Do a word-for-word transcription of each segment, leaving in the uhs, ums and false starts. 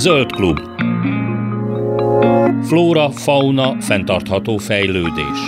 Zöld klub. Flóra, fauna, fenntartható fejlődés.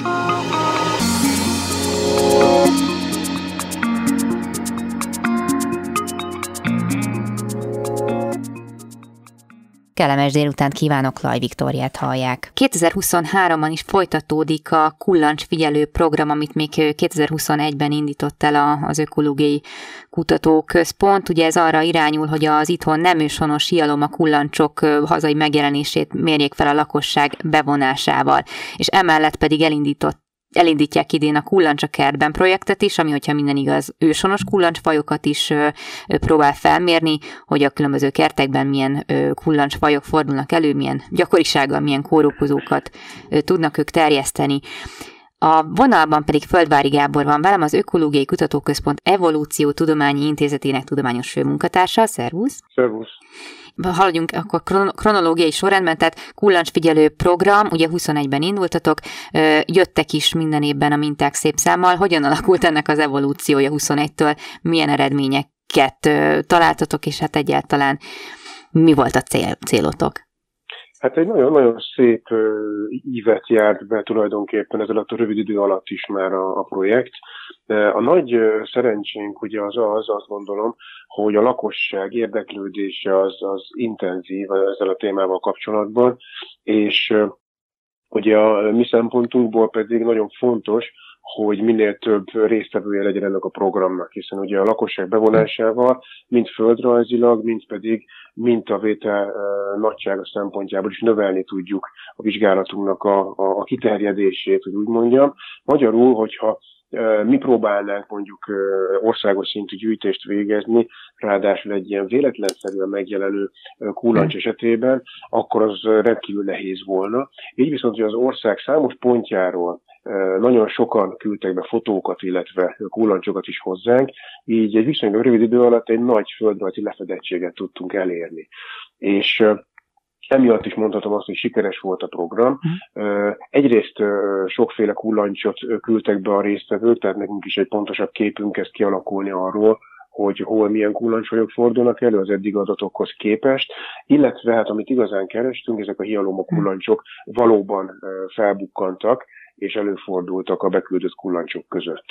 Kellemes délutánt kívánok, Laj Viktóriát hallják. kétezer-huszonháromban is folytatódik a kullancsfigyelő program, amit még kétezer-huszonegyben indított el az Ökológiai Kutatóközpont. Ugye ez arra irányul, hogy az itthon nem őshonos hialoma kullancsok hazai megjelenését mérjék fel a lakosság bevonásával, és emellett pedig elindított Elindítják idén a Kullancs a kertben projektet is, ami, hogyha minden igaz, őshonos kullancsfajokat is ö, ö, próbál felmérni, hogy a különböző kertekben milyen ö, kullancsfajok fordulnak elő, milyen gyakorisággal, milyen kórokozókat ö, tudnak ők terjeszteni. A vonalban pedig Földvári Gábor van velem, az Ökológiai Kutatóközpont Evolúciótudományi Intézetének tudományos főmunkatársa. Szervusz! Szervusz! Haladjunk akkor kronológiai sorrendben, tehát kullancsfigyelő program, ugye huszonegyben indultatok, jöttek is minden évben a minták szép számmal. Hogyan alakult ennek az evolúciója huszonegytől? Milyen eredményeket találtatok, és hát egyáltalán mi volt a cél, célotok? Hát egy nagyon-nagyon szép ívet járt be tulajdonképpen ez alatt a rövid idő alatt is már a, a projekt. A nagy szerencsénk ugye az az, azt gondolom, hogy a lakosság érdeklődése az, az intenzív ezzel a témával kapcsolatban, és ugye a mi szempontunkból pedig nagyon fontos, hogy minél több résztvevője legyen ennek a programnak, hiszen ugye a lakosság bevonásával, mind földrajzilag, mind pedig mintavétel e, nagysága szempontjából is növelni tudjuk a vizsgálatunknak a, a, a kiterjedését, hogy úgy mondjam. Magyarul, hogyha e, mi próbálnánk mondjuk e, országos szintű gyűjtést végezni, ráadásul egy ilyen véletlenszerűen megjelenő e, kullancs esetében, akkor az rendkívül nehéz volna. Így viszont, hogy az ország számos pontjáról nagyon sokan küldtek be fotókat, illetve kullancsokat is hozzánk, így egy viszonylag rövid idő alatt egy nagy földrajzi lefedettséget tudtunk elérni. És emiatt is mondhatom azt, hogy sikeres volt a program. Egyrészt sokféle kullancsot küldtek be a résztvevők, tehát nekünk is egy pontosabb képünk kezd kialakulni arról, hogy hol milyen kullancsfajok fordulnak elő az eddig adatokhoz képest, illetve hát amit igazán kerestünk, ezek a hialoma kullancsok valóban felbukkantak, és előfordultak a beküldött kullancsok között.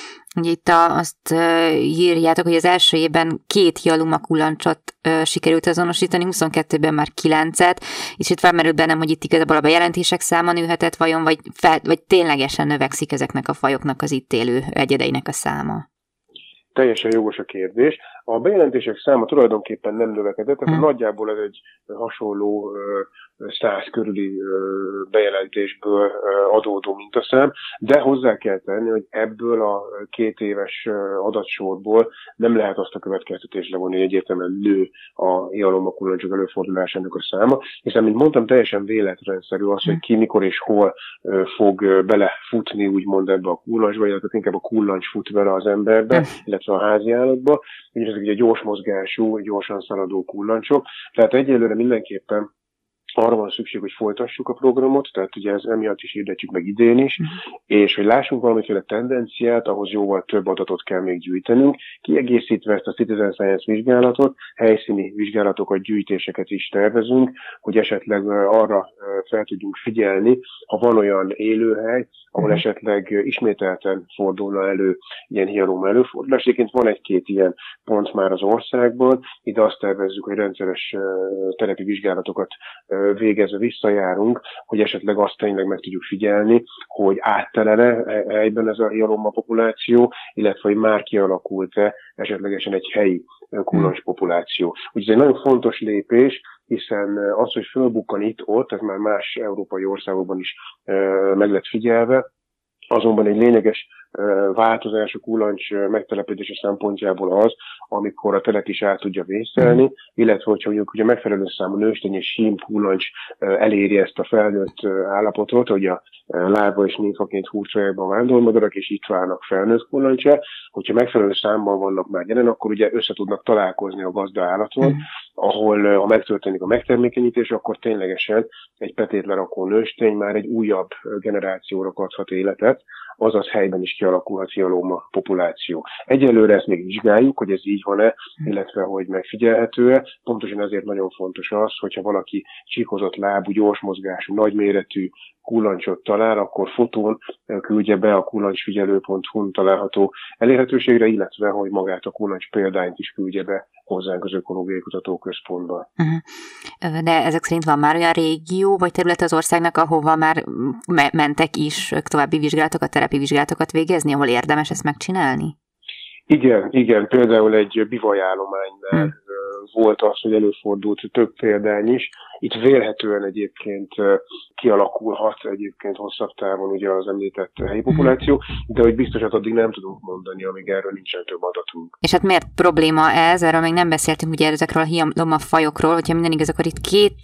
Itt a, azt írjátok, hogy az első évben két hialoma kullancsot sikerült azonosítani, huszonkettőben már kilencet, és itt felmerült bennem, hogy itt igazából a bejelentések száma nőhetett vajon, vagy, fel, vagy ténylegesen növekszik ezeknek a fajoknak az itt élő egyedeinek a száma? Teljesen jogos a kérdés. A bejelentések száma tulajdonképpen nem növekedett, tehát hmm. nagyjából ez egy hasonló száz körüli bejelentésből adódó mintaszám, de hozzá kell tenni, hogy ebből a két éves adatsorból nem lehet azt a következtetést levonni, hogy egyértelműen nő a hialoma kullancsok előfordulásának a száma, hiszen, mint mondtam, teljesen véletlenszerű az, hogy ki, mikor és hol fog belefutni, úgymond ebbe a kullancsba, illetve inkább a kullancs fut bele az emberbe, illetve a házi állatba, és ezek ugye gyors mozgású, gyorsan szaladó kullancsok, tehát egyelőre mindenképpen arra van szükség, hogy folytassuk a programot, tehát ugye ez emiatt is hirdetjük meg idén is, uh-huh. és hogy lássunk valamiféle tendenciát, ahhoz jóval több adatot kell még gyűjtenünk, kiegészítve ezt a Citizen Science vizsgálatot, helyszíni vizsgálatokat, gyűjtéseket is tervezünk, hogy esetleg arra fel tudjunk figyelni, ha van olyan élőhely, ahol uh-huh. esetleg ismételten fordulna elő ilyen hialoma előfordulás. Egyébként van egy-két ilyen pont már az országban, ide azt tervezzük, hogy rendszeres telepi vizsgálatokat végezve visszajárunk, hogy esetleg azt tényleg meg tudjuk figyelni, hogy áttelene egyben ez a hialoma populáció, illetve hogy már kialakult-e esetlegesen egy helyi kullancs populáció. Úgyhogy ez egy nagyon fontos lépés, hiszen az, hogy fölbukkan itt-ott, ez már más európai országokban is meg lett figyelve, azonban egy lényeges változás a kullancs megtelepedése szempontjából az, amikor a telep is át tudja vészelni, illetve hogyha mondjuk ugye megfelelő számú nőstény és sím kullancs eléri ezt a felnőtt állapotot, hogy a lárva és ninfaként hurcolják be a vándormadarak, és itt válnak felnőtt kullancsá, hogyha megfelelő számban vannak már jelen, akkor ugye össze tudnak találkozni a gazda állaton, ahol ha megtörténik a megtermékenyítés, akkor ténylegesen egy petétlerakó nőstény már egy újabb generációra adhat életet, azaz helyben is kialakulhat hialóma populáció. Egyelőre ezt még vizsgáljuk, hogy ez így van-e, illetve hogy megfigyelhető-e. Pontosan ezért nagyon fontos az, hogyha valaki csíkozott lábú, gyors mozgású, nagyméretű kullancsot talál, akkor fotón küldje be a kullancsfigyelő pont hu-n található elérhetőségre, illetve hogy magát a kullancs példányt is küldje be hozzánk az Ökológiai Kutatóközpontba. Uh-huh. De ezek szerint van már olyan régió vagy terület az országnak, ahova már me- mentek is további vizsgálatokat, terepi vizsgálatokat végezni, ahol érdemes ezt megcsinálni? Igen, igen, például egy bivajállománynál hmm. volt az, hogy előfordult több példány is. Itt vélhetően egyébként kialakulhat egyébként hosszabb távon ugye az említett helyi populáció, de hogy biztosat addig nem tudunk mondani, amíg erről nincsen több adatunk. És hát miért probléma ez? Erről még nem beszéltünk ugye ezekről a hialoma fajokról, hogyha minden igaz, akkor itt két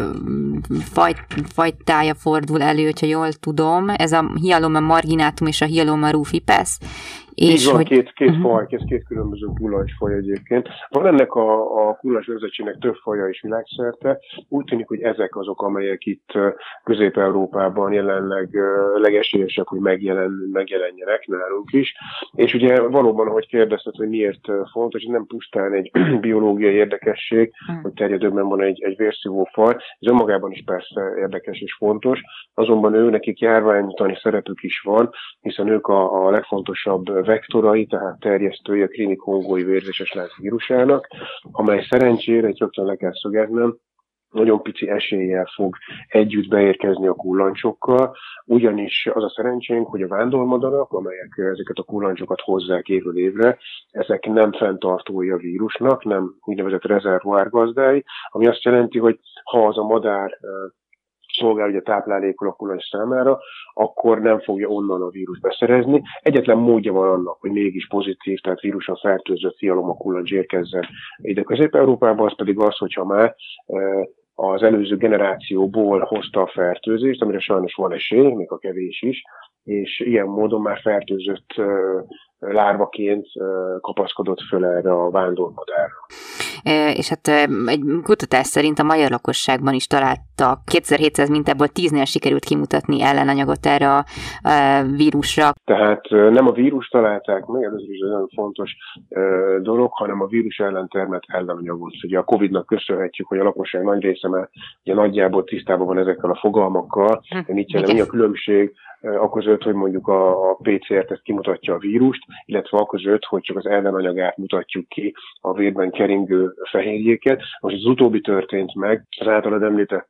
faj, fajtája fordul elő, hogyha jól tudom. Ez a hialoma marginatum és a hialoma rufipes. És van, hogy... két, két uh-huh. faj, ez két különböző kullancsfaj egyébként. Van ennek a, a kullancsnemzetségnek több faja is világszerte. Úgy tűnik, hogy ezek azok, amelyek itt Közép-Európában jelenleg legesélyesebb, hogy megjelen, megjelenjenek nálunk is. És ugye valóban, ahogy kérdezted, hogy miért fontos, ez nem pusztán egy biológiai érdekesség, uh-huh. hogy terjedőben van egy, egy vérszívó faj. Ez önmagában is persze érdekes és fontos, azonban ő nekik járványtani szerepük is van, hiszen ők a, a legfontosabb vektorai, tehát terjesztői a krími-kongói vérzéses láz vírusának, amely szerencsére, itt rögtön le kell szögeznem, nagyon pici eséllyel fog együtt beérkezni a kullancsokkal, ugyanis az a szerencsénk, hogy a vándormadarak, amelyek ezeket a kullancsokat hozzák évről évre, ezek nem fenntartói a vírusnak, nem úgynevezett rezervoárgazdái, ami azt jelenti, hogy ha az a madár szolgál ugye táplálékul a kullancs számára, akkor nem fogja onnan a vírus beszerezni. Egyetlen módja van annak, hogy mégis pozitív, tehát víruson fertőzött hialoma kullancs érkezzen ide Közép-Európába, az pedig az, hogyha már az előző generációból hozta a fertőzést, amire sajnos van esély, még a kevés is, és ilyen módon már fertőzött lárvaként kapaszkodott föl erre a vándormadárra. És hát egy kutatás szerint a magyar lakosságban is találtak kétezer-hétszáz mintából tíznél sikerült kimutatni ellenanyagot erre a vírusra. Tehát nem a vírus találták meg, ez is egy nagyon fontos dolog, hanem a vírus ellen termelt ellenanyagot. Ugye a Covidnak köszönhetjük, hogy a lakosság nagy része már ugye nagyjából tisztában van ezekkel a fogalmakkal, hm, mit jelent, mi a különbség aközött, hogy mondjuk a, a pé cé er-teszt kimutatja a vírust, illetve aközött, hogy csak az ellenanyagát mutatjuk ki, a vérben keringő fehérjéket. Most az utóbbi történt meg, az általad említett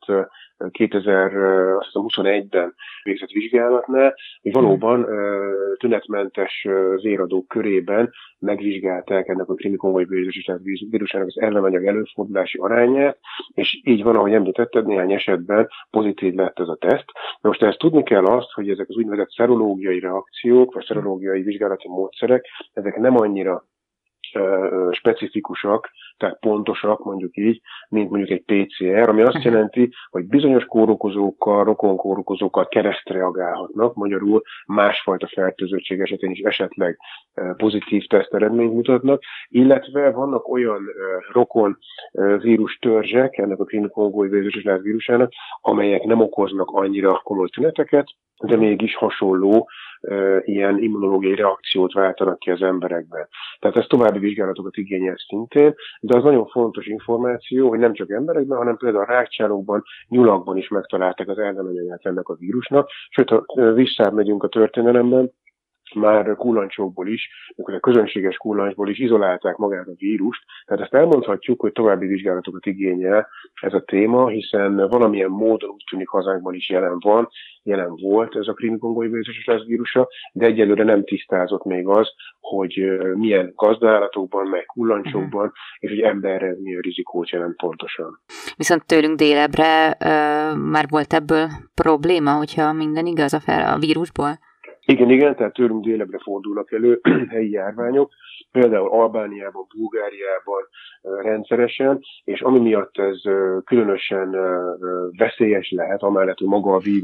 kétezer-huszonegyben végzett vizsgálatnál, hogy valóban tünetmentes véradók körében megvizsgálták ennek a krími-kongói vírusának az ellenanyag előfordulási arányát, és így van, ahogy említetted, néhány esetben pozitív lett ez a teszt. De most ezt tudni kell azt, hogy ezek az úgynevezett szerológiai reakciók, vagy szerológiai vizsgálati módszerek, ezek nem annyira specifikusak, tehát pontosak, mondjuk így, mint mondjuk egy pé cé er, ami azt jelenti, hogy bizonyos kórokozókkal, rokonkórokozókkal keresztreagálhatnak, magyarul másfajta fertőzöttség esetén is esetleg pozitív teszteredményt mutatnak, illetve vannak olyan rokon vírus törzsek, ennek a krími-kongói vérzéses láz vírusának, amelyek nem okoznak annyira komoly tüneteket, de mégis hasonló uh, ilyen immunológiai reakciót váltanak ki az emberekben. Tehát ez további vizsgálatokat igényel szintén, de az nagyon fontos információ, hogy nem csak emberekben, hanem például a rákcsálókban, nyulakban is megtalálták az ellenanyagát ennek a vírusnak. Sőt, ha visszább megyünk a történelemben, már kullancsokból is, mikor a közönséges kullancsból is izolálták magát a vírust. Tehát ezt elmondhatjuk, hogy további vizsgálatokat igényel ez a téma, hiszen valamilyen módon úgy tűnik hazánkban is jelen van, jelen volt ez a krími-kongói vérzéses láz vírusa, de egyelőre nem tisztázott még az, hogy milyen gazdaállatokban, mely kullancsokban, uh-huh. és hogy emberre milyen rizikót jelent pontosan. Viszont tőlünk délebre uh, már volt ebből probléma, hogyha minden igaz a, fel, a vírusból? Igen, igen, tehát tőlünk délebre fordulnak elő helyi járványok, például Albániában, Bulgáriában rendszeresen, és ami miatt ez különösen veszélyes lehet, amellett, hogy maga a vírus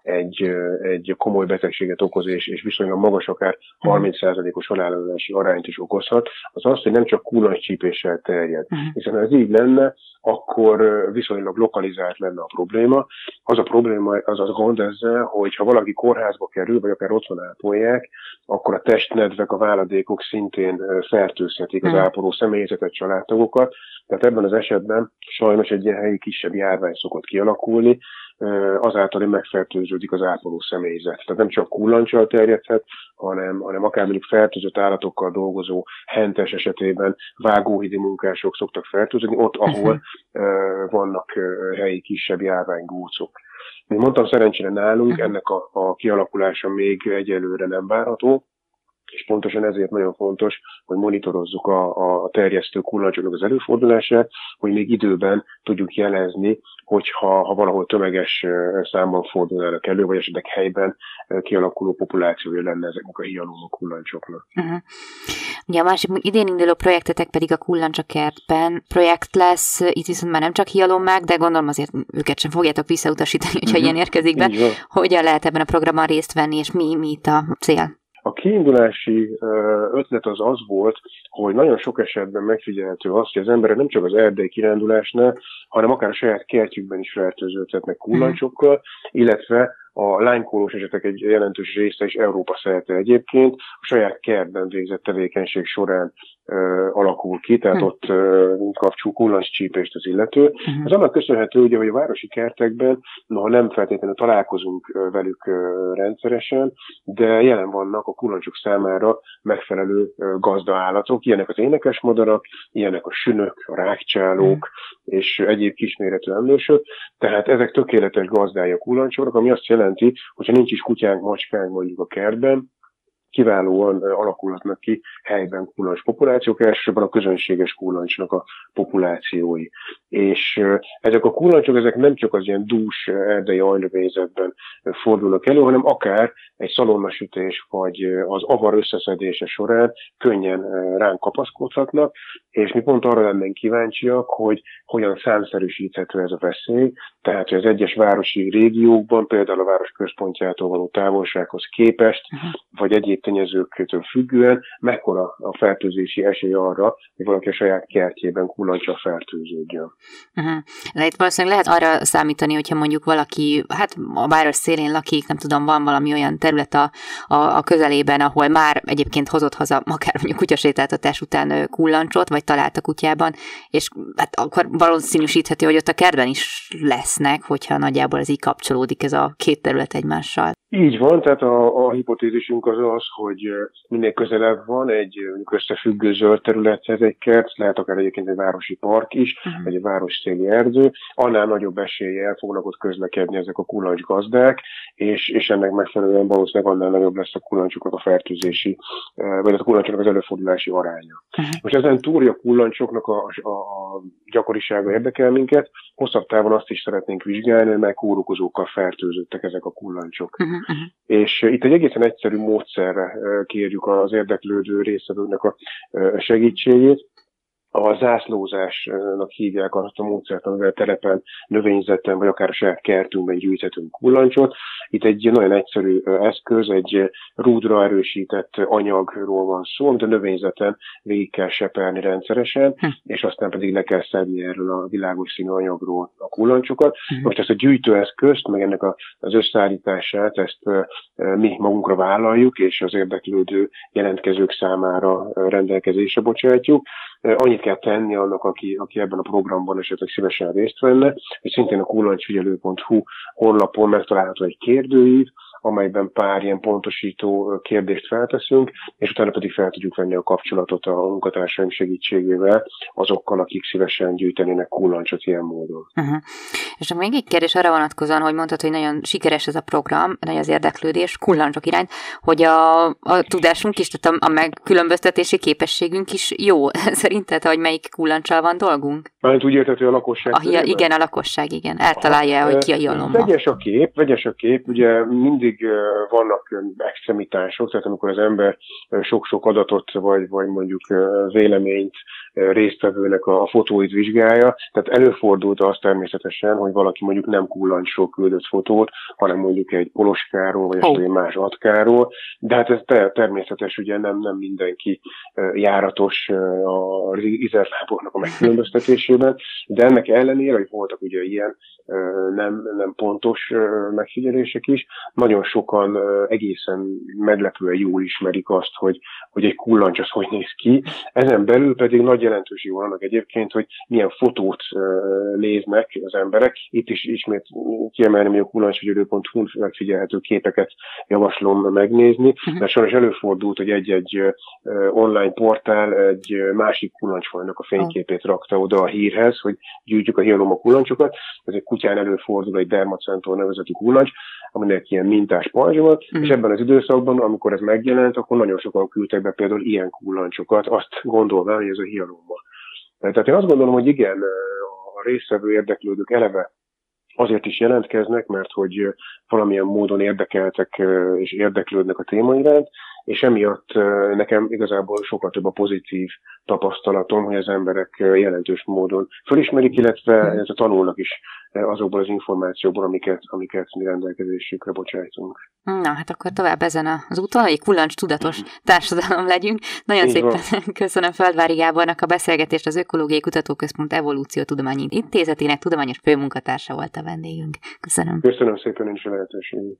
egy, egy komoly betegséget okoz, és, és viszonylag magas, akár harminc százalékos halálozási arányt is okozhat, az az, hogy nem csak kullancscsípéssel terjed. Hiszen ha ez így lenne, akkor viszonylag lokalizált lenne a probléma. Az a probléma, az a gond ezzel, hogy ha valaki kórházba kerül, vagy akár otthon ápolják, akkor a testnedvek, a váladékok szintén fertőzhetik az ápoló személyzetet, családtagokat. Tehát ebben az esetben sajnos egy ilyen helyi kisebb járvány szokott kialakulni, azáltal, hogy megfertőződik az ápoló személyzet. Tehát nem csak kullancsal terjedhet, hanem, hanem akár mondjuk fertőzött állatokkal dolgozó hentes esetében vágóhidi munkások szoktak fertőződni, ott, ahol uh, vannak uh, helyi kisebb járványgócok. Mint mondtam, szerencsére nálunk ennek a, a kialakulása még egyelőre nem várható, és pontosan ezért nagyon fontos, hogy monitorozzuk a, a terjesztő kullancsoknak az előfordulását, hogy még időben tudjuk jelezni, hogyha ha valahol tömeges számban fordulnának elő, vagy esetleg helyben kialakuló populációja lenne ezeknek a hialóma kullancsoknak. Uh-huh. Ugye a másik idén induló projektetek pedig a Kullancsakertben projekt lesz, itt viszont már nem csak hialommák, de gondolom azért őket sem fogjátok visszautasítani, hogyha uh-huh. ilyen érkezik be. Hogyan lehet ebben a programban részt venni, és mi, mi itt a cél? A kiindulási ötlet az az volt, hogy nagyon sok esetben megfigyelhető az, hogy az emberek nem csak az erdei kirándulásnál, hanem akár a saját kertjükben is fertőződhetnek kullancsokkal, illetve a lánykólós esetek egy jelentős része is Európa szerte egyébként a saját kertben végzett tevékenység során ö, alakul ki, tehát hm. ott ö, kapcsol kullancscsípést az illető. Uh-huh. Ez annak köszönhető, ugye, hogy a városi kertekben, noha nem feltétlenül találkozunk ö, velük ö, rendszeresen, de jelen vannak a kullancsok számára megfelelő ö, gazdaállatok. Ilyenek az énekesmadarak, ilyenek a sünök, a rákcsálók uh-huh. és egyéb kisméretű emlősök. Tehát ezek tökéletes gazdái a kullancsoknak, ami azt jelenti, hogyha nincs is kutyánk, macskánk mondjuk a kertben, kiválóan alakulhatnak ki helyben kullancs populációk, elsősorban a közönséges kullancsnak a populációi. És ezek a kullancsok, ezek nem csak az ilyen dús erdei ajnövényzetben fordulnak elő, hanem akár egy szalonnasütés vagy az avar összeszedése során könnyen ránk kapaszkodhatnak, és mi pont arra lennénk kíváncsiak, hogy hogyan számszerűsíthető ez a veszély, tehát hogy az egyes városi régiókban, például a város központjától való távolsághoz képest, vagy egyéb tényezőktől függően, mekkora a fertőzési esély arra, hogy valaki a saját kertjében kullancsal fertőződjön. Uh-huh. De itt valószínűleg lehet arra számítani, hogyha mondjuk valaki, hát a város szélén lakik, nem tudom, van valami olyan terület a, a, a közelében, ahol már egyébként hozott haza, akár mondjuk kutyasétáltatás után kullancsot, vagy talált a kutyában, és hát akkor valószínűsíthető, hogy ott a kertben is lesznek, hogyha nagyjából ez így kapcsolódik ez a két terület egymással. Így van, tehát a, a hipotézisünk az az, hogy minél közelebb van egy összefüggő zöld területhez egy kert, lehet akár egyébként egy városi park is, uh-huh. vagy egy városszéli erdő, annál nagyobb eséllyel fognak ott közlekedni ezek a kullancsgazdák, és, és ennek megfelelően valószínűleg annál nagyobb lesz a kullancsoknak a fertőzési, vagy a kullancsoknak az előfordulási aránya. Uh-huh. Most ezen túl a kullancsoknak a, a, a gyakorisága érdekel minket, hosszabb távon azt is szeretnénk vizsgálni, hogy mely kórokozókkal fertőzöttek ezek a kullancsok. Uh-huh. Uh-huh. És itt egy egészen egyszerű módszerre kérjük az érdeklődő résztvevőknek a segítségét. A zászlózásnak hívják azt a módszert, amivel terepen, növényzeten, vagy akár a saját kertünkben gyűjthetünk kullancsot. Itt egy nagyon egyszerű eszköz, egy rúdra erősített anyagról van szó, amit a növényzeten végig kell seperni rendszeresen, hm. és aztán pedig le kell szedni erről a világos színű anyagról a kullancsokat. Hm. Most ezt a gyűjtőeszközt, meg ennek az összeállítását, ezt mi magunkra vállaljuk, és az érdeklődő jelentkezők számára rendelkezésre bocsátjuk. Annyit kell tenni annak, aki, aki ebben a programban esetleg szívesen részt venne, hogy szintén a kullancsfigyelő pont hu honlapon megtalálható egy kérdőív, amelyben pár ilyen pontosító kérdést felteszünk, és utána pedig fel tudjuk venni a kapcsolatot a munkatársaim segítségével azokkal, akik szívesen gyűjtenének kullancsot ilyen módon. Uh-huh. És még egy kérdés arra vonatkozóan, hogy mondtad, hogy nagyon sikeres ez a program, nagy az érdeklődés kullancsok iránt, hogy a, a tudásunk is, tehát a, a megkülönböztetési képességünk is jó. Szerinted, hogy melyik kullancsal van dolgunk? Mert úgy érted, hogy a lakosság... A hia, igen, a lakosság, igen. Eltalálja, hogy ki a hialomma. Vegyes a kép, vegyes a kép, ugye mindig pedig vannak extremitások, tehát amikor az ember sok-sok adatot, vagy, vagy mondjuk véleményt résztvevőnek a fotóit vizsgálja, tehát előfordult az természetesen, hogy valaki mondjuk nem kullancsról küldött fotót, hanem mondjuk egy poloskáról, vagy esetleg oh. más atkáról, de hát ez természetes, ugye nem, nem mindenki járatos a izerlábornak a megkülönböztetésében, de ennek ellenére, hogy voltak ugye ilyen nem, nem pontos megfigyelések is, nagyon sokan egészen meglepően jól ismerik azt, hogy, hogy egy kullancs az hogy néz ki. Ezen belül pedig nagy jelentőség van annak egyébként, hogy milyen fotót néznek az emberek. Itt is ismét kiemelném, hogy a kullancsfigyelő pont hu megfigyelhető képeket javaslom megnézni, de sajnos előfordult, hogy egy-egy online portál egy másik kullancsfajnak a fényképét rakta oda a hírhez, hogy gyűjtjük a hialoma kullancsokat. Ez egy kutyán előfordul egy dermacentor nevezetű kullancs, aminek ilyen mintás pajzsa volt, mm. és ebben az időszakban, amikor ez megjelent, akkor nagyon sokan küldtek be például ilyen kullancsokat, azt gondolva, hogy ez a hialoma. Tehát én azt gondolom, hogy igen, a résztvevő érdeklődők eleve azért is jelentkeznek, mert hogy valamilyen módon érdekeltek és érdeklődnek a téma iránt, és emiatt nekem igazából sokkal több a pozitív tapasztalatom, hogy az emberek jelentős módon fölismerik, illetve tanulnak is azokból az információból, amiket, amiket mi rendelkezésükre bocsájtunk. Na, hát akkor tovább ezen az úton, hogy kullancs tudatos társadalom legyünk. Nagyon Így szépen van. Köszönöm Földvári Gábornak a beszélgetést, az Ökológiai Kutatóközpont Evolúciótudományi Intézetének tudományos főmunkatársa volt a vendégünk. Köszönöm. Köszönöm szépen én is a lehetőséget.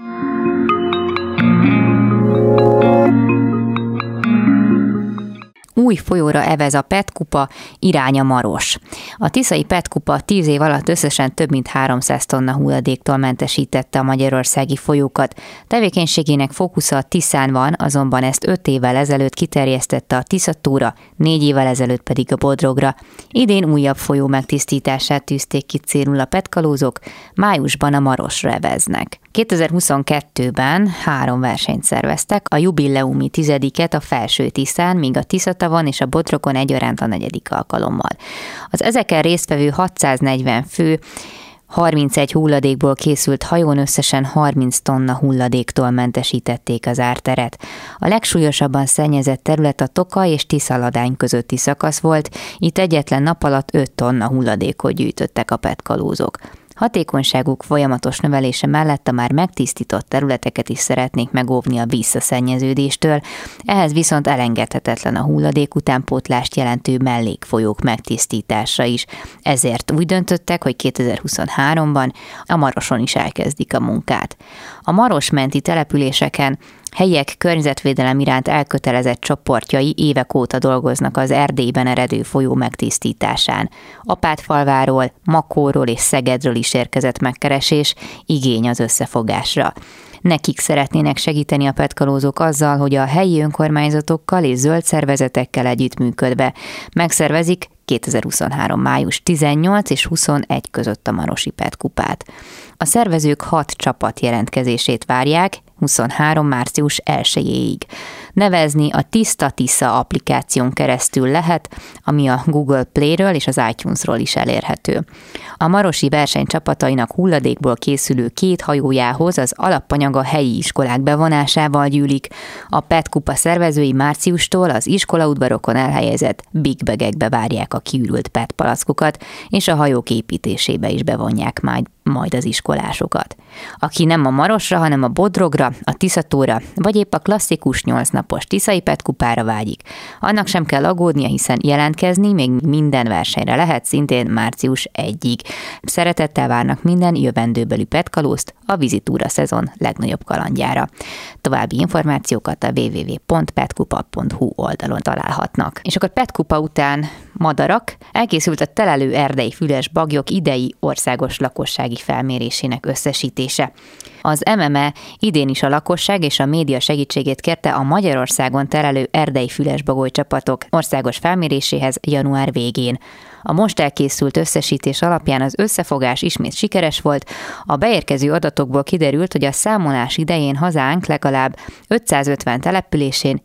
Új folyóra evez a Petkupa, irány a Maros. A tiszai Petkupa tíz év alatt összesen több mint háromszáz tonna hulladéktól mentesítette a magyarországi folyókat. Tevékenységének fókusza a Tiszán van, azonban ezt öt évvel ezelőtt kiterjesztette a Tiszatúra, négy évvel ezelőtt pedig a Bodrogra. Idén újabb folyó megtisztítását tűzték ki célul a petkalózok, májusban a Marosra eveznek. kétezer-huszonkettőben három versenyt szerveztek, a jubileumi tizediket a Felső Tiszán, míg a Tiszatavon és a Bodrogon egyaránt a negyedik alkalommal. Az ezeken résztvevő hatszáznegyven fő, harmincegy hulladékból készült hajón összesen harminc tonna hulladéktól mentesítették az árteret. A legsúlyosabban szennyezett terület a Tokaj és Tiszaladány közötti szakasz volt, itt egyetlen nap alatt öt tonna hulladékot gyűjtöttek a petkalózok. Hatékonyságuk folyamatos növelése mellett a már megtisztított területeket is szeretnék megóvni a visszaszennyeződéstől, ehhez viszont elengedhetetlen a hulladék utánpótlást jelentő mellékfolyók megtisztítása is. Ezért úgy döntöttek, hogy kétezer-huszonháromban a Maroson is elkezdik a munkát. A Maros menti településeken helyiek környezetvédelem iránt elkötelezett csoportjai évek óta dolgoznak az Erdélyben eredő folyó megtisztításán. Apátfalváról, Makóról és Szegedről is érkezett megkeresés, igény az összefogásra. Nekik szeretnének segíteni a petkalózók azzal, hogy a helyi önkormányzatokkal és zöld szervezetekkel együttműködve megszervezik kétezer-huszonhárom. május tizennyolc és huszonegy között a Marosi Petkupát. A szervezők hat csapat jelentkezését várják huszonhárom. március elsejéig. Nevezni a Tiszta Tisza applikáción keresztül lehet, ami a Google Play-ről és az iTunes-ról is elérhető. A marosi verseny csapatainak hulladékból készülő két hajójához az alapanyag a helyi iskolák bevonásával gyűlik. A Petkupa szervezői márciustól az iskolaudvarokon elhelyezett big bagekbe várják a kiürült petpalackokat, és a hajók építésébe is bevonják majd, majd az iskolásokat. Aki nem a Marosra, hanem a Bodrogra, a Tiszatóra, vagy épp a klasszikus nyolc napos tiszai petkupára vágyik, annak sem kell aggódnia, hiszen jelentkezni még minden versenyre lehet, szintén március elsejéig. Szeretettel várnak minden jövendőbeli petkalózt a vizitúra szezon legnagyobb kalandjára. További információkat a double-u double-u double-u pont petkupa pont hu oldalon találhatnak. És akkor Petkupa után madarak, elkészült a telelő erdei füles baglyok idei országos lakossági felmérésének összesítése. Az em em e idén is a lakosság és a média segítségét kérte a Magyarországon terelő erdei fülesbagoly csapatok országos felméréséhez január végén. A most elkészült összesítés alapján az összefogás ismét sikeres volt. A beérkező adatokból kiderült, hogy a számolás idején hazánk legalább ötszázötven településén,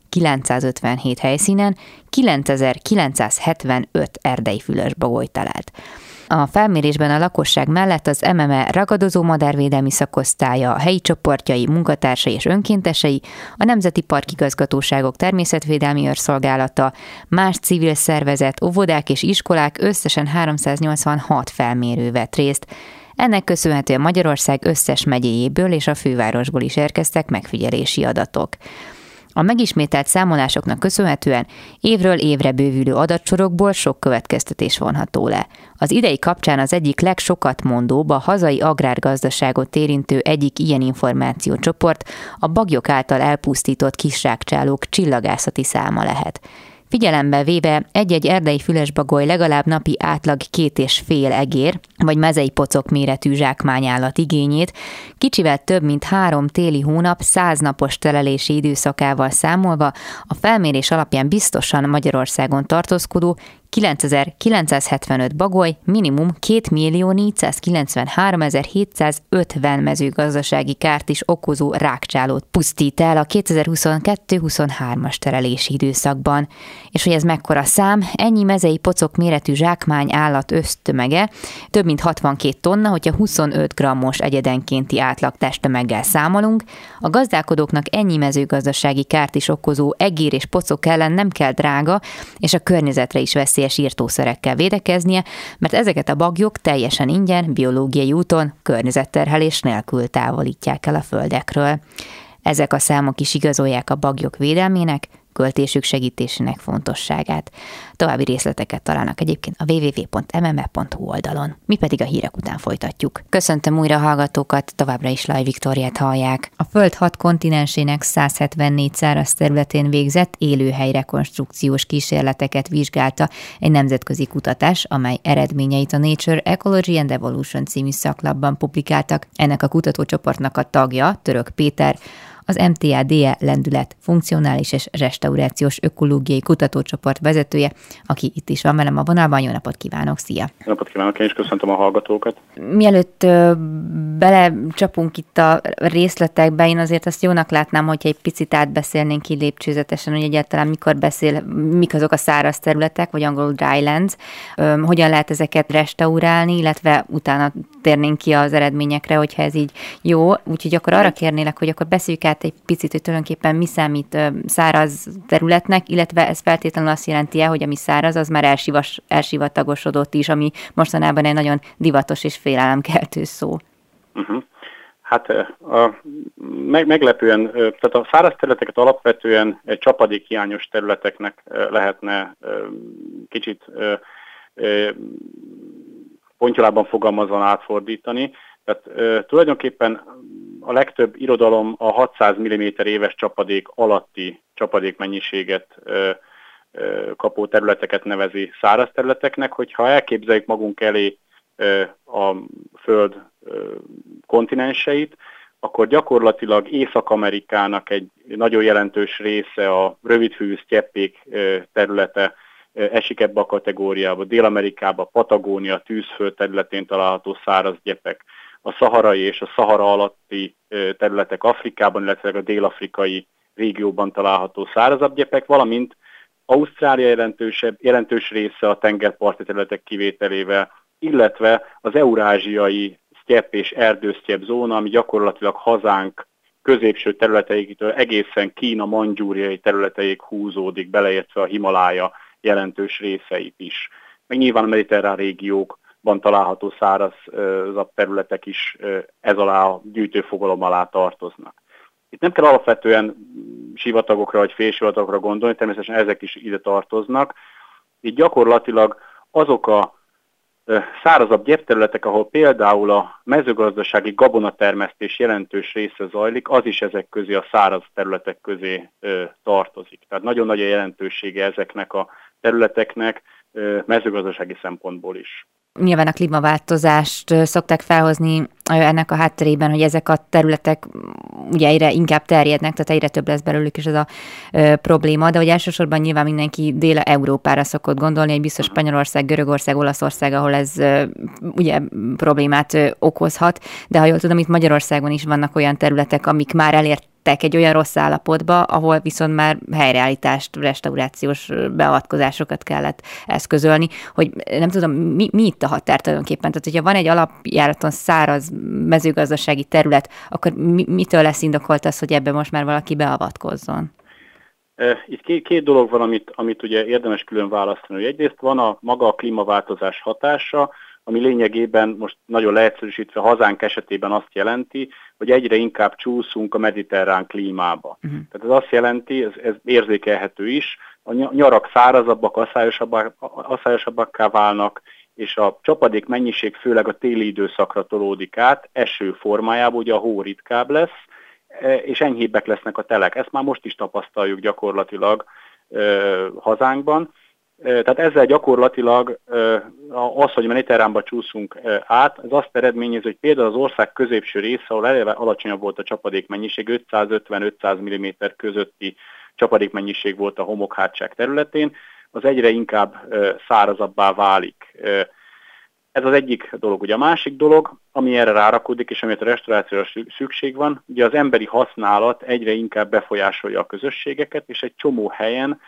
kilencszázötvenhét helyszínen kilencezer-kilencszázhetvenöt erdei fülesbagolyt talált. A felmérésben a lakosság mellett az em em e ragadozó madárvédelmi szakosztálya, a helyi csoportjai, munkatársai és önkéntesei, a Nemzeti Parkigazgatóságok Természetvédelmi Őrszolgálata, más civil szervezet, óvodák és iskolák összesen háromszáznyolcvanhat felmérő vett részt. Ennek köszönhetően Magyarország összes megyéjéből és a fővárosból is érkeztek megfigyelési adatok. A megismételt számolásoknak köszönhetően évről évre bővülő adatsorokból sok következtetés vonható le. Az idei kapcsán az egyik legsokat mondóbb, a hazai agrárgazdaságot érintő egyik ilyen információcsoport a baglyok által elpusztított kisrágcsálók csillagászati száma lehet. Figyelembe véve egy-egy erdei fülesbagoly legalább napi átlag két és fél egér, vagy mezei pocok méretű zsákmányállat igényét, kicsivel több mint három téli hónap száz napos telelési időszakával számolva a felmérés alapján biztosan Magyarországon tartózkodó kilencezer-kilencszázhetvenöt bagoly minimum kétmillió-négyszázkilencvenháromezer-hétszázötven mezőgazdasági kárt is okozó rágcsálót pusztít el a kétezer-huszonkettő-huszonhármas terelési időszakban. És hogy ez mekkora szám, ennyi mezei pocok méretű zsákmány állat össztömege több mint hatvankét tonna, hogyha huszonöt grammos egyedenkénti átlag testtömeggel számolunk. A gazdálkodóknak ennyi mezőgazdasági kárt is okozó egér és pocok ellen nem kell drága, és a környezetre is veszélyes írtószerekkel védekeznie, mert ezeket a bagyok teljesen ingyen, biológiai úton, környezetterhelés nélkül távolítják el a földekről. Ezek a számok is igazolják a bagyok védelmének, költésük segítésének fontosságát. További részleteket találnak egyébként a double-u double-u double-u pont em em e pont hu oldalon. Mi pedig a hírek után folytatjuk. Köszöntöm újra a hallgatókat, továbbra is Laj Viktóriát hallják. A Föld hat kontinensének száz hetvennégy száraz területén végzett élőhelyrekonstrukciós kísérleteket vizsgálta egy nemzetközi kutatás, amely eredményeit a Nature Ecology and Evolution című szaklapban publikáltak. Ennek a kutatócsoportnak a tagja, Török Péter, az em té á dé e Lendület funkcionális és restaurációs ökológiai kutatócsoport vezetője, aki itt is van velem a vonalban. Jó napot kívánok, szia! Jó napot kívánok, én is köszöntöm a hallgatókat. Mielőtt ö, belecsapunk itt a részletekbe, én azért azt jónak látnám, hogyha egy picit átbeszélnénk így lépcsőzetesen, hogy egyáltalán mikor beszél, mik azok a száraz területek, vagy angolul drylands, ö, hogyan lehet ezeket restaurálni, illetve utána térnénk ki az eredményekre, hogyha ez így jó. Úgyhogy akkor arra kérnélek, hogy akkor beszéljük át egy picit, hogy tulajdonképpen mi számít száraz területnek, illetve ez feltétlenül azt jelenti el, hogy ami száraz, az már elsivas, elsivatagosodott is, ami mostanában egy nagyon divatos és félelemkeltő szó. Uh-huh. Hát a, meg, meglepően, tehát a száraz területeket alapvetően csapadékhiányos területeknek lehetne kicsit pontyolában fogalmazva átfordítani. Tehát e, tulajdonképpen a legtöbb irodalom a hatszáz milliméter éves csapadék alatti csapadékmennyiséget e, e, kapó területeket nevezi száraz területeknek. Hogyha elképzeljük magunk elé e, a Föld e, kontinenseit, akkor gyakorlatilag Észak-Amerikának egy nagyon jelentős része, a rövidfűű sztyeppék e, területe esik ebbe a kategóriába. Dél-Amerikában, Patagónia, tűzföld területén található száraz gyepek, a szaharai és a szahara alatti területek Afrikában, illetve a dél-afrikai régióban található szárazabb gyepek, valamint Ausztrália jelentősebb, jelentős része a tengerparti területek kivételével, illetve az eurázsiai sztyepp és erdősztyepp zóna, ami gyakorlatilag hazánk középső területeiktől egészen Kína mandzsúriai területeig húzódik, beleértve a Himalája jelentős részeit is. Meg nyilván a mediterrán régiókban található szárazabb területek is ez alá a gyűjtőfogalom alá tartoznak. Itt nem kell alapvetően sivatagokra vagy félsivatagokra gondolni, természetesen ezek is ide tartoznak. Itt gyakorlatilag azok a szárazabb gyepterületek, ahol például a mezőgazdasági gabonatermesztés jelentős része zajlik, az is ezek közé, a száraz területek közé tartozik. Tehát nagyon nagy a jelentősége ezeknek a területeknek mezőgazdasági szempontból is. Nyilván a klímaváltozást szokták felhozni ennek a hátterében, hogy ezek a területek ugye egyre inkább terjednek, tehát egyre több lesz belőlük is ez a ö, probléma, de hogy elsősorban nyilván mindenki Dél-Európára szokott gondolni, egy biztos Spanyolország, Görögország, Olaszország, ahol ez ö, ugye problémát ö, okozhat, de ha jól tudom, itt Magyarországon is vannak olyan területek, amik már elért egy olyan rossz állapotba, ahol viszont már helyreállítást, restaurációs beavatkozásokat kellett eszközölni, hogy nem tudom, mi, mi itt a határ tulajdonképpen. Tehát, hogyha van egy alapjáraton száraz mezőgazdasági terület, akkor mi, mitől lesz indokolt az, hogy ebbe most már valaki beavatkozzon? Itt két, két dolog van, amit, amit ugye érdemes külön választani. Egyrészt van a maga a klímaváltozás hatása, ami lényegében most nagyon leegyszerűsítve hazánk esetében azt jelenti, hogy egyre inkább csúszunk a mediterrán klímába. Uh-huh. Tehát ez azt jelenti, ez, ez érzékelhető is, a nyarak szárazabbak, asszályosabbak, asszályosabbakká válnak, és a csapadék mennyiség főleg a téli időszakra tolódik át, eső formájában, ugye a hó ritkább lesz, és enyhébbek lesznek a telek. Ezt már most is tapasztaljuk gyakorlatilag ö, hazánkban. Tehát ezzel gyakorlatilag az, hogy mediterránba csúszunk át, ez azt eredményez, hogy például az ország középső része, ahol eleve alacsonyabb volt a csapadékmennyiség, ötszázötven-ötszáz milliméter közötti csapadékmennyiség volt a homokhátság területén, az egyre inkább szárazabbá válik. Ez az egyik dolog. Ugye a másik dolog, ami erre rárakódik, és amit a restaurációra szükség van, ugye az emberi használat egyre inkább befolyásolja a közösségeket, és egy csomó helyen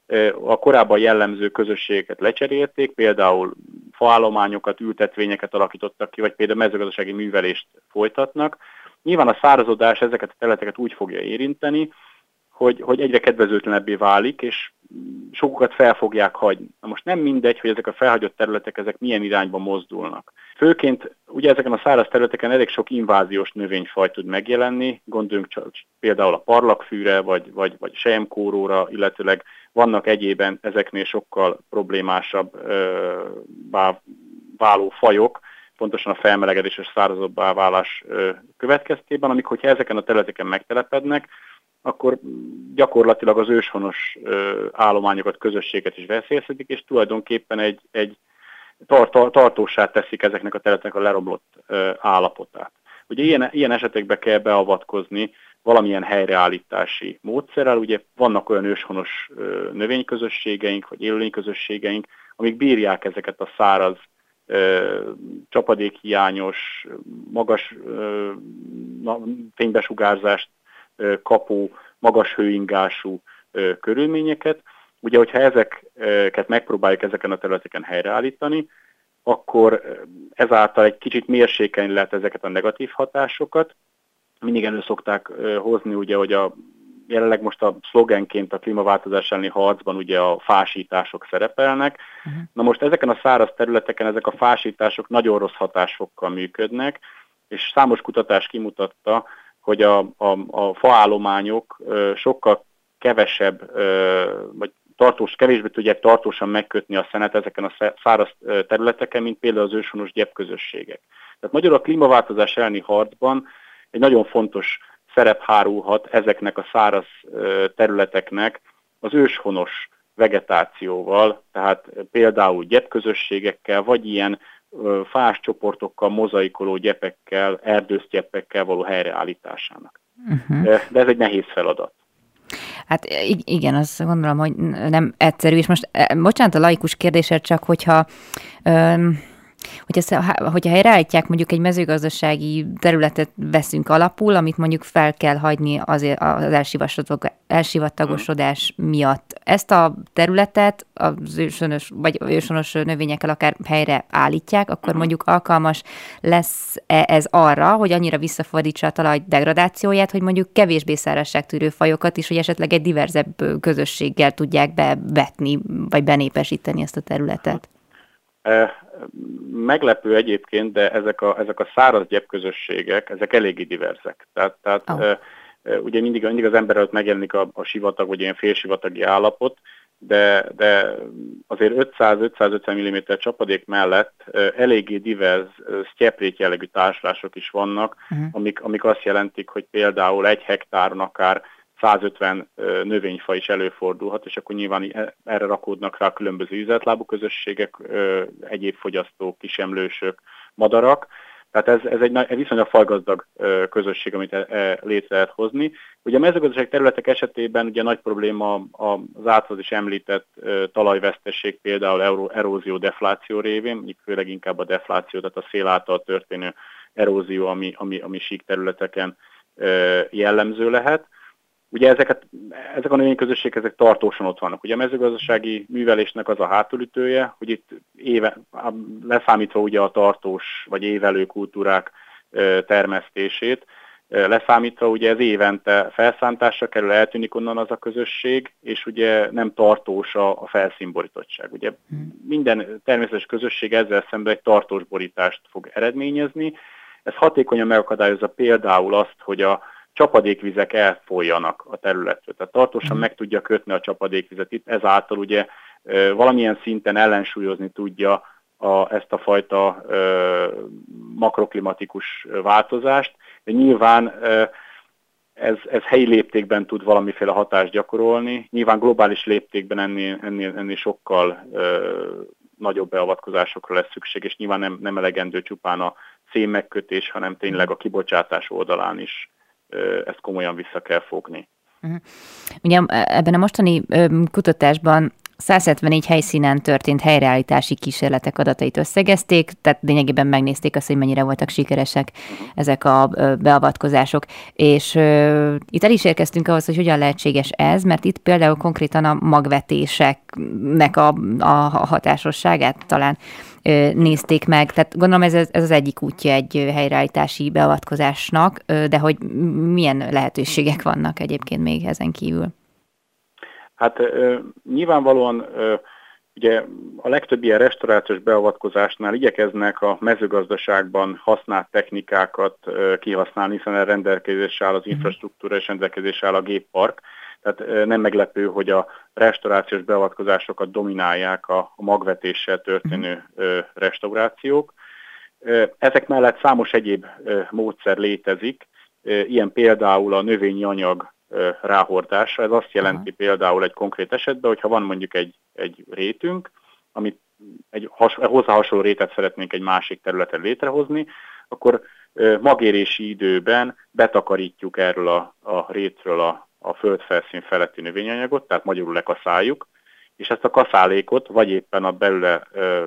a korábban jellemző közösségeket lecserélték, például faállományokat, ültetvényeket alakítottak ki, vagy például mezőgazdasági művelést folytatnak. Nyilván a szárazodás ezeket a területeket úgy fogja érinteni, hogy, hogy egyre kedvezőtlenebbé válik, és sokukat fel fogják hagyni. Na most nem mindegy, hogy ezek a felhagyott területek ezek milyen irányba mozdulnak. Főként ugye ezeken a száraz területeken elég sok inváziós növényfaj tud megjelenni, gondoljunk csak például a parlagfűre, vagy, vagy, vagy selyemkóróra, illetőleg vannak egyében ezeknél sokkal problémásabb ö, bá, váló fajok, pontosan a felmelegedés és szárazabbá válás ö, következtében, amik, hogyha ezeken a területeken megtelepednek, akkor gyakorlatilag az őshonos ö, állományokat, közösséget is veszélyeztetik, és tulajdonképpen egy, egy tart, tartósá teszik ezeknek a területeknek a leromlott ö, állapotát. Ugye ilyen, ilyen esetekben kell beavatkozni valamilyen helyreállítási módszerrel. Ugye vannak olyan őshonos ö, növényközösségeink, vagy élőlényközösségeink, amik bírják ezeket a száraz, ö, csapadékhiányos, magas ö, na, fénybesugárzást ö, kapó, magas hőingású ö, körülményeket. Ugye, hogyha ezeket megpróbáljuk ezeken a területeken helyreállítani, akkor ezáltal egy kicsit mérsékelni lehet ezeket a negatív hatásokat. Mindig elő szokták hozni, ugye, hogy a, jelenleg most a szlogenként a klímaváltozás elleni harcban ugye a fásítások szerepelnek. Uh-huh. Na most ezeken a száraz területeken ezek a fásítások nagyon rossz hatásfokkal működnek, és számos kutatás kimutatta, hogy a, a, a faállományok sokkal kevesebb, vagy tartós, kevésbé tudják tartósan megkötni a szenet ezeken a száraz területeken, mint például az őshonos gyepközösségek. Tehát magyarul a klímaváltozás elleni harcban egy nagyon fontos szerep hárulhat ezeknek a száraz területeknek az őshonos vegetációval, tehát például gyepközösségekkel, vagy ilyen fás csoportokkal, mozaikoló gyepekkel, erdősztyeppekkel való helyreállításának. Uh-huh. De ez egy nehéz feladat. Hát igen, azt gondolom, hogy nem egyszerű, és most bocsánat a laikus kérdésért, csak hogyha, öm, hogyha, hogyha helyreállítják, mondjuk egy mezőgazdasági területet veszünk alapul, amit mondjuk fel kell hagyni azért az elsivatagosodás miatt. Ezt a területet az őshonos, vagy őshonos növényekkel akár helyre állítják, akkor mondjuk alkalmas lesz-e ez arra, hogy annyira visszafordítsa a talaj degradációját, hogy mondjuk kevésbé szárazságtűrő fajokat is, hogy esetleg egy diverzebb közösséggel tudják bevetni, vagy benépesíteni ezt a területet? Meglepő egyébként, de ezek a, ezek a száraz gyepközösségek, ezek eléggé diverzek. Tehát, tehát oh. ugye mindig, mindig az ember előtt megjelenik a, a sivatag, vagy ilyen félsivatagi állapot, de, de azért ötszáz-ötszázötven milliméter csapadék mellett eléggé divers sztyeprét jellegű társulások is vannak, uh-huh. amik, amik azt jelentik, hogy például egy hektáron akár százötven növényfaj is előfordulhat, és akkor nyilván erre rakódnak rá különböző üzletlábú közösségek, egyéb fogyasztók, kisemlősök, madarak. Tehát ez, ez egy viszonylag fajgazdag közösség, amit létre lehet hozni. Ugye a mezőgazdaság területek esetében ugye nagy probléma az által is említett talajvesztesség, például erózió, defláció révén, főleg inkább a defláció, tehát a szél által történő erózió, ami, ami, ami sík területeken jellemző lehet. Ugye ezeket, ezek a növényközösségek ezek tartósan ott vannak. Ugye a mezőgazdasági művelésnek az a hátulütője, hogy itt éve, leszámítva ugye a tartós vagy évelő kultúrák termesztését, leszámítva ugye ez évente felszántásra kerül, eltűnik onnan az a közösség, és ugye nem tartós a felszínborítottság. Ugye minden természetes közösség ezzel szemben egy tartós borítást fog eredményezni. Ez hatékonyan megakadályozza például azt, hogy a csapadékvizek elfolyjanak a területről. Tehát tartósan meg tudja kötni a csapadékvizet itt, ezáltal ugye valamilyen szinten ellensúlyozni tudja a, ezt a fajta ö, makroklimatikus változást, de nyilván ö, ez, ez helyi léptékben tud valamiféle hatást gyakorolni, nyilván globális léptékben ennél, ennél, ennél sokkal ö, nagyobb beavatkozásokra lesz szükség, és nyilván nem, nem elegendő csupán a szénmegkötés, hanem tényleg a kibocsátás oldalán is ö, ezt komolyan vissza kell fogni. Uh-huh. Ugye ebben a mostani ö, kutatásban száz hetvennégy helyszínen történt helyreállítási kísérletek adatait összegezték, tehát lényegében megnézték azt, hogy mennyire voltak sikeresek uh-huh. ezek a beavatkozások. És uh, itt el is érkeztünk ahhoz, hogy hogyan lehetséges ez, mert itt például konkrétan a magvetéseknek a, a hatásosságát talán uh, nézték meg. Tehát gondolom ez, ez az egyik útja egy helyreállítási beavatkozásnak, uh, de hogy milyen lehetőségek vannak egyébként még ezen kívül? Hát ö, nyilvánvalóan ö, ugye a legtöbb ilyen restaurációs beavatkozásnál igyekeznek a mezőgazdaságban használt technikákat ö, kihasználni, hiszen erre rendelkezésre áll az infrastruktúra és rendelkezésre áll a géppark. Tehát ö, nem meglepő, hogy a restaurációs beavatkozásokat dominálják a, a magvetéssel történő ö, restaurációk. Ö, ezek mellett számos egyéb ö, módszer létezik, ö, ilyen például a növényi anyag ráhordásra. Ez azt jelenti uh-huh. például egy konkrét esetben, hogyha van mondjuk egy, egy rétünk, amit egy has, hozzá hasonló rétet szeretnénk egy másik területen létrehozni, akkor magérési időben betakarítjuk erről a, a rétről a, a földfelszín feletti növényanyagot, tehát magyarul lekaszáljuk, és ezt a kaszálékot, vagy éppen a belőle ö,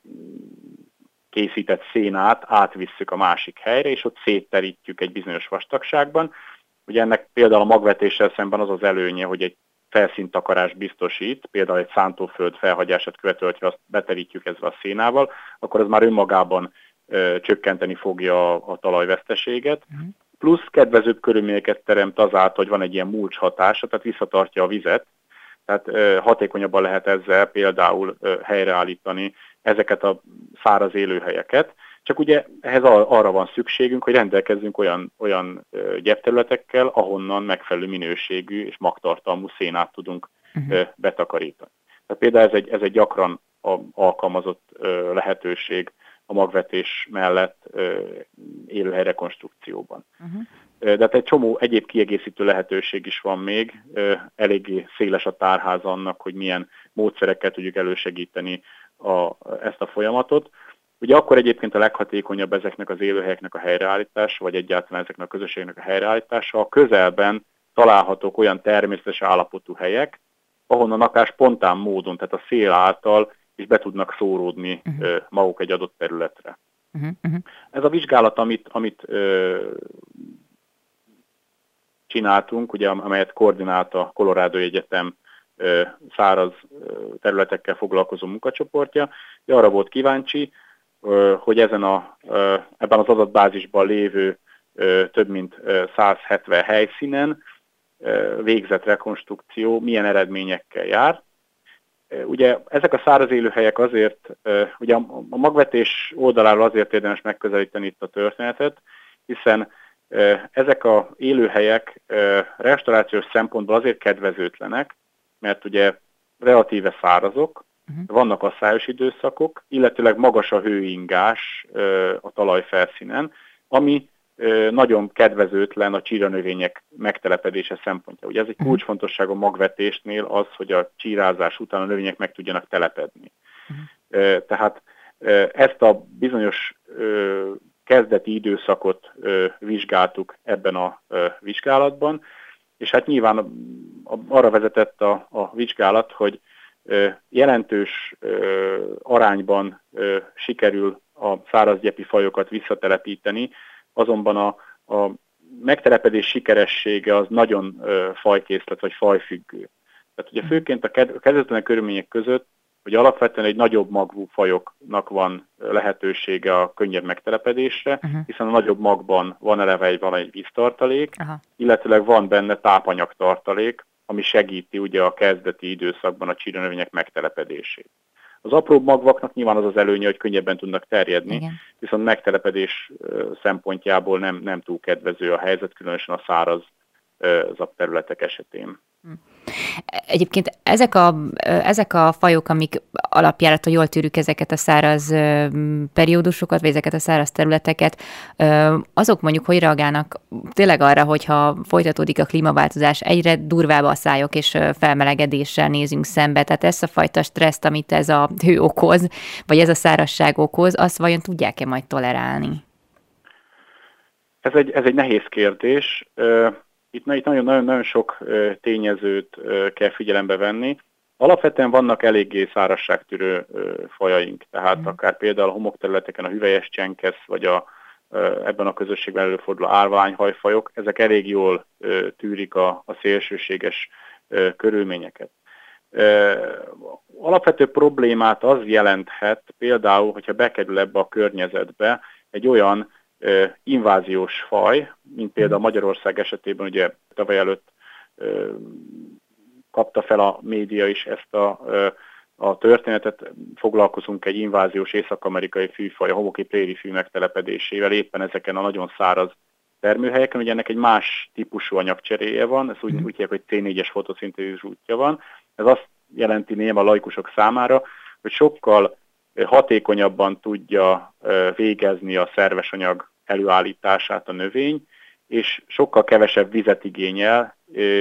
készített szénát átvisszük a másik helyre, és ott szétterítjük egy bizonyos vastagságban. Ugye ennek például a magvetéssel szemben az az előnye, hogy egy felszíntakarást biztosít, például egy szántóföld felhagyását követően, ha azt beterítjük ezzel a szénával, akkor ez már önmagában ö, csökkenteni fogja a, a talajveszteséget. Uh-huh. Plusz kedvezőbb körülményeket teremt azáltal, hogy van egy ilyen mulcs hatása, tehát visszatartja a vizet, tehát ö, hatékonyabban lehet ezzel például ö, helyreállítani ezeket a száraz élőhelyeket. Csak ugye ehhez arra van szükségünk, hogy rendelkezzünk olyan, olyan gyepterületekkel, ahonnan megfelelő minőségű és magtartalmú szénát tudunk uh-huh. betakarítani. Tehát például ez egy, ez egy gyakran alkalmazott lehetőség a magvetés mellett élőhely rekonstrukcióban. Uh-huh. De hát egy csomó egyéb kiegészítő lehetőség is van még, eléggé széles a tárház annak, hogy milyen módszerekkel tudjuk elősegíteni a, ezt a folyamatot. Ugye akkor egyébként a leghatékonyabb ezeknek az élőhelyeknek a helyreállítása, vagy egyáltalán ezeknek a közösségnek a helyreállítása, a közelben találhatók olyan természetes állapotú helyek, ahonnan akár spontán módon, tehát a szél által is be tudnak szóródni uh-huh. maguk egy adott területre. Uh-huh. Uh-huh. Ez a vizsgálat, amit, amit ö, csináltunk, ugye, amelyet koordinált a Colorado Egyetem ö, száraz ö, területekkel foglalkozó munkacsoportja, de arra volt kíváncsi, hogy ezen a, ebben az adatbázisban lévő több mint száz hetven helyszínen végzett rekonstrukció milyen eredményekkel jár. Ugye ezek a száraz élőhelyek azért, ugye a magvetés oldaláról azért érdemes megközelíteni itt a történetet, hiszen ezek az élőhelyek restaurációs szempontból azért kedvezőtlenek, mert ugye relatíve szárazok, vannak asszályos időszakok, illetőleg magas a hőingás a talajfelszínen, ami nagyon kedvezőtlen a csíranövények megtelepedése szempontja. Ugye ez egy kulcsfontosságú magvetésnél az, hogy a csírázás után a növények meg tudjanak telepedni. Uh-huh. Tehát ezt a bizonyos kezdeti időszakot vizsgáltuk ebben a vizsgálatban, és hát nyilván arra vezetett a, a vizsgálat, hogy jelentős arányban sikerül a szárazgyepi fajokat visszatelepíteni, azonban a, a megtelepedés sikeressége az nagyon fajkészlet vagy fajfüggő. Tehát ugye főként a kedvezőtlen körülmények között, hogy alapvetően egy nagyobb magvú fajoknak van lehetősége a könnyebb megtelepedésre, uh-huh. hiszen a nagyobb magban van eleve egy valami víztartalék, uh-huh. illetőleg van benne tápanyagtartalék, ami segíti ugye a kezdeti időszakban a csíranövények megtelepedését. Az apróbb magvaknak nyilván az az előnye, hogy könnyebben tudnak terjedni, igen. viszont megtelepedés szempontjából nem, nem túl kedvező a helyzet, különösen a száraz területek esetén. Egyébként ezek a, ezek a fajok, amik alapjára, ha jól tűrjük ezeket a száraz periódusokat, vagy ezeket a száraz területeket, azok mondjuk hogy reagálnak tényleg arra, hogyha folytatódik a klímaváltozás, egyre durvább a szájok és felmelegedéssel nézünk szembe, tehát ezt a fajta stresszt, amit ez a hő okoz, vagy ez a szárazság okoz, azt vajon tudják-e majd tolerálni? Ez egy, ez egy nehéz kérdés. Itt, itt nagyon, nagyon, nagyon sok tényezőt kell figyelembe venni. Alapvetően vannak eléggé szárazságtűrő fajaink, tehát mm. akár például a homokterületeken a hüvelyes csenkesz, vagy a, ebben a közösségben előforduló árványhajfajok, ezek elég jól tűrik a, a szélsőséges körülményeket. Alapvető problémát az jelenthet például, hogyha bekerül ebbe a környezetbe egy olyan inváziós faj, mint például Magyarország esetében, ugye tavaly előtt kapta fel a média is ezt a, a történetet, foglalkozunk egy inváziós észak-amerikai fűfaj, a homoki préri fű megtelepedésével, éppen ezeken a nagyon száraz termőhelyeken, ugye ennek egy más típusú anyagcseréje van, ez úgy, úgy hívják, hogy cé négyes fotoszintézis útja van. Ez azt jelenti néha a laikusok számára, hogy sokkal hatékonyabban tudja végezni a szerves anyag előállítását a növény, és sokkal kevesebb vizet igényel,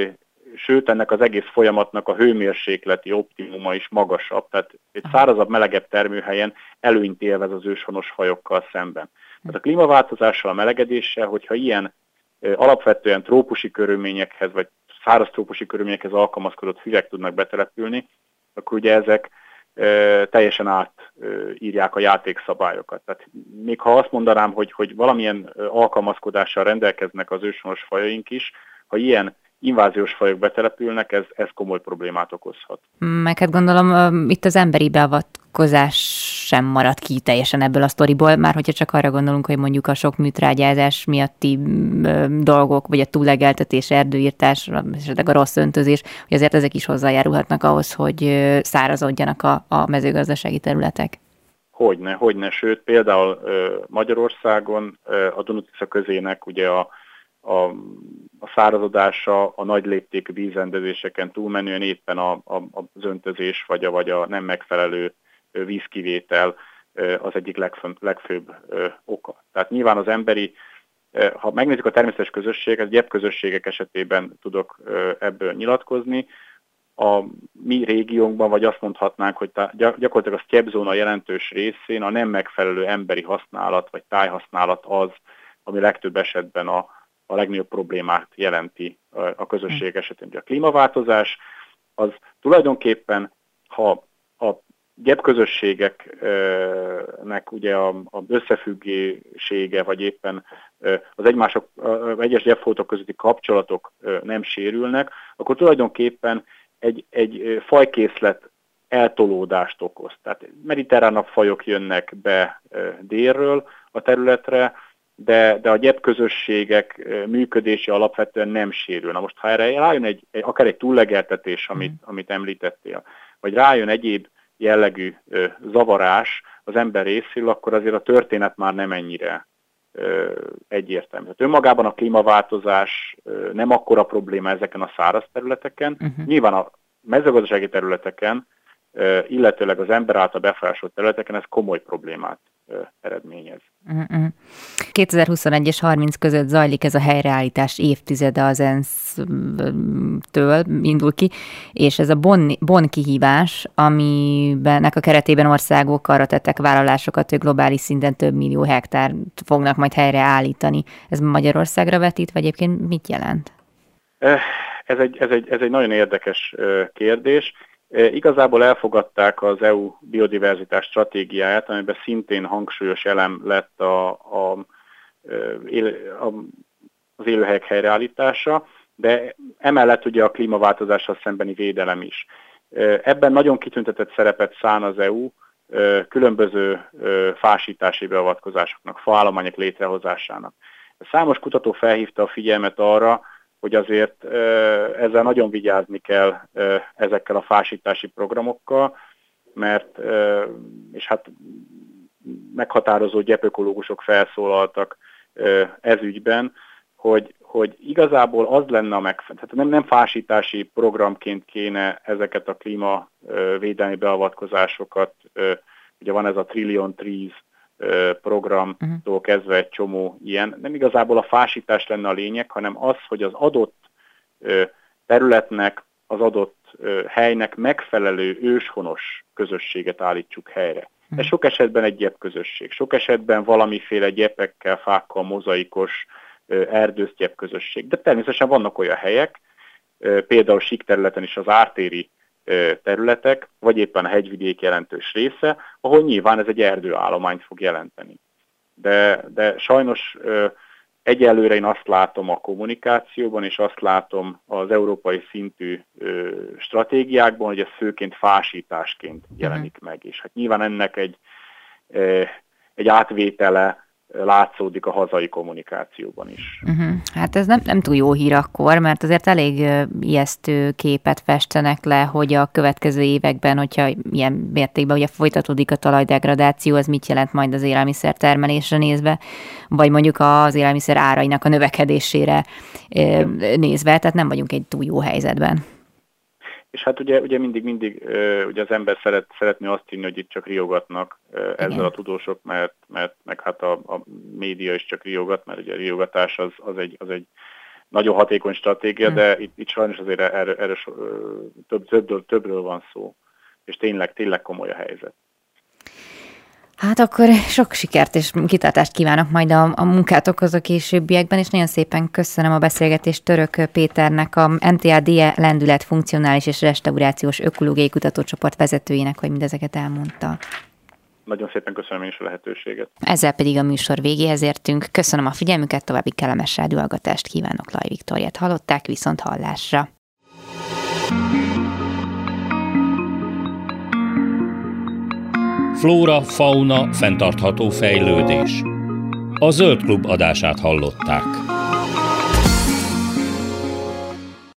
sőt ennek az egész folyamatnak a hőmérsékleti optimuma is magasabb, tehát egy szárazabb, melegebb termőhelyen előnyt élvez az őshonos fajokkal szemben. Tehát a klímaváltozással, a melegedéssel, hogyha ilyen alapvetően trópusi körülményekhez, vagy száraz trópusi körülményekhez alkalmazkodott füvek tudnak betelepülni, akkor ugye ezek teljesen átírják a játékszabályokat. Tehát még ha azt mondanám, hogy, hogy valamilyen alkalmazkodással rendelkeznek az őshonos fajaink is, ha ilyen inváziós fajok betelepülnek, ez, ez komoly problémát okozhat. Meg hát gondolom, itt az emberi beavatkozás sem marad ki teljesen ebből a sztoriból, már hogyha csak arra gondolunk, hogy mondjuk a sok műtrágyázás miatti dolgok, vagy a túllegeltetés, erdőírtás, esetleg a rossz öntözés, hogy azért ezek is hozzájárulhatnak ahhoz, hogy szárazodjanak a, a mezőgazdasági területek. Hogyne, hogyne, sőt, például Magyarországon a Duna-Tisza közének ugye a A, a szárazodása, a nagy léptékű vízrendezéseken túlmenően éppen a, a, az öntözés vagy a, vagy a nem megfelelő vízkivétel az egyik legfönt, legfőbb oka. Tehát nyilván az emberi, ha megnézzük a természetes közösséget, gyepközösségek esetében tudok ebből nyilatkozni, a mi régiónkban, vagy azt mondhatnánk, hogy gyakorlatilag a sztyepzóna jelentős részén a nem megfelelő emberi használat, vagy tájhasználat az, ami legtöbb esetben a a legnagyobb problémát jelenti a közösség esetén. A klímaváltozás az tulajdonképpen, ha a gyepközösségeknek ugye az összefüggésége, vagy éppen az egymások, egyes gyepfoltok közötti kapcsolatok nem sérülnek, akkor tulajdonképpen egy, egy fajkészlet eltolódást okoz. Tehát mediterránabb fajok jönnek be délről a területre, de, de a gyepközösségek működése alapvetően nem sérül. Na most, ha erre rájön egy, egy, akár egy túllegeltetés, amit, amit említettél, vagy rájön egyéb jellegű ö, zavarás az ember részéről, akkor azért a történet már nem ennyire ö, egyértelmű. Tehát önmagában a klímaváltozás ö, nem akkora probléma ezeken a száraz területeken. Uh-huh. Nyilván a mezőgazdasági területeken, ö, illetőleg az ember által befolyásolt területeken ez komoly problémát eredményez. Uh-huh. kétezer-huszonegy és harminc között zajlik ez a helyreállítás évtizede az é en es-től indul ki, és ez a Bonn, Bonn kihívás, amiben a keretében országok arra tettek vállalásokat, hogy globális szinten több millió hektár fognak majd helyreállítani. Ez Magyarországra vetít, vagy egyébként mit jelent? Ez egy, ez egy, ez egy nagyon érdekes kérdés. Igazából elfogadták az é u biodiverzitás stratégiáját, amiben szintén hangsúlyos elem lett a, a, a az élőhelyek helyreállítása, de emellett ugye a klímaváltozással szembeni védelem is. Ebben nagyon kitüntetett szerepet szán az é u különböző fásítási beavatkozásoknak, faállományok létrehozásának. Számos kutató felhívta a figyelmet arra, hogy azért ezzel nagyon vigyázni kell ezekkel a fásítási programokkal, mert, és hát meghatározó gyepökológusok felszólaltak ez ügyben, hogy, hogy igazából az lenne a megfelelő, tehát nem, nem fásítási programként kéne ezeket a klímavédelmi beavatkozásokat, ugye van ez a Trillion Trees programtól kezdve egy csomó ilyen, nem igazából a fásítás lenne a lényeg, hanem az, hogy az adott területnek, az adott helynek megfelelő őshonos közösséget állítsuk helyre. Ez sok esetben egy gyepközösség, sok esetben valamiféle gyepekkel, fákkal mozaikos erdős gyepközösség. De természetesen vannak olyan helyek, például sík területen is az ártéri területek, vagy éppen a hegyvidék jelentős része, ahol nyilván ez egy erdőállományt fog jelenteni. De, de sajnos egyelőre én azt látom a kommunikációban, és azt látom az európai szintű stratégiákban, hogy ez főként fásításként jelenik meg. És hát nyilván ennek egy, egy átvétele látszódik a hazai kommunikációban is. Uh-huh. Hát ez nem, nem túl jó hír akkor, mert azért elég uh, ijesztő képet festenek le, hogy a következő években, hogyha ilyen mértékben ugye folytatódik a talajdegradáció, az mit jelent majd az élelmiszer termelésre nézve, vagy mondjuk az élelmiszer árainak a növekedésére uh, nézve, tehát nem vagyunk egy túl jó helyzetben. És hát ugye, ugye mindig, mindig ugye az ember szeret, szeretné azt hinni, hogy itt csak riogatnak ezzel Igen. a tudósok, mert, mert meg hát a, a média is csak riogat, mert ugye a riogatás az, az, egy, az egy nagyon hatékony stratégia, hmm. de itt, itt sajnos azért erről, erről több, többről, többről van szó, és tényleg, tényleg komoly a helyzet. Hát akkor sok sikert és kitartást kívánok majd a, a munkátokhoz a későbbiekben, és nagyon szépen köszönöm a beszélgetést Török Péternek, a em té á dé e Lendület Funkcionális és Restaurációs Ökológiai Kutatócsoport vezetőjének, hogy mindezeket elmondta. Nagyon szépen köszönöm én is a lehetőséget. Ezzel pedig a műsor végéhez értünk. Köszönöm a figyelmüket, további kellemes rádióhallgatást kívánok. Laj Viktóriát hallották, viszont hallásra. Flóra, fauna, fenntartható fejlődés. A Zöld Klub adását hallották.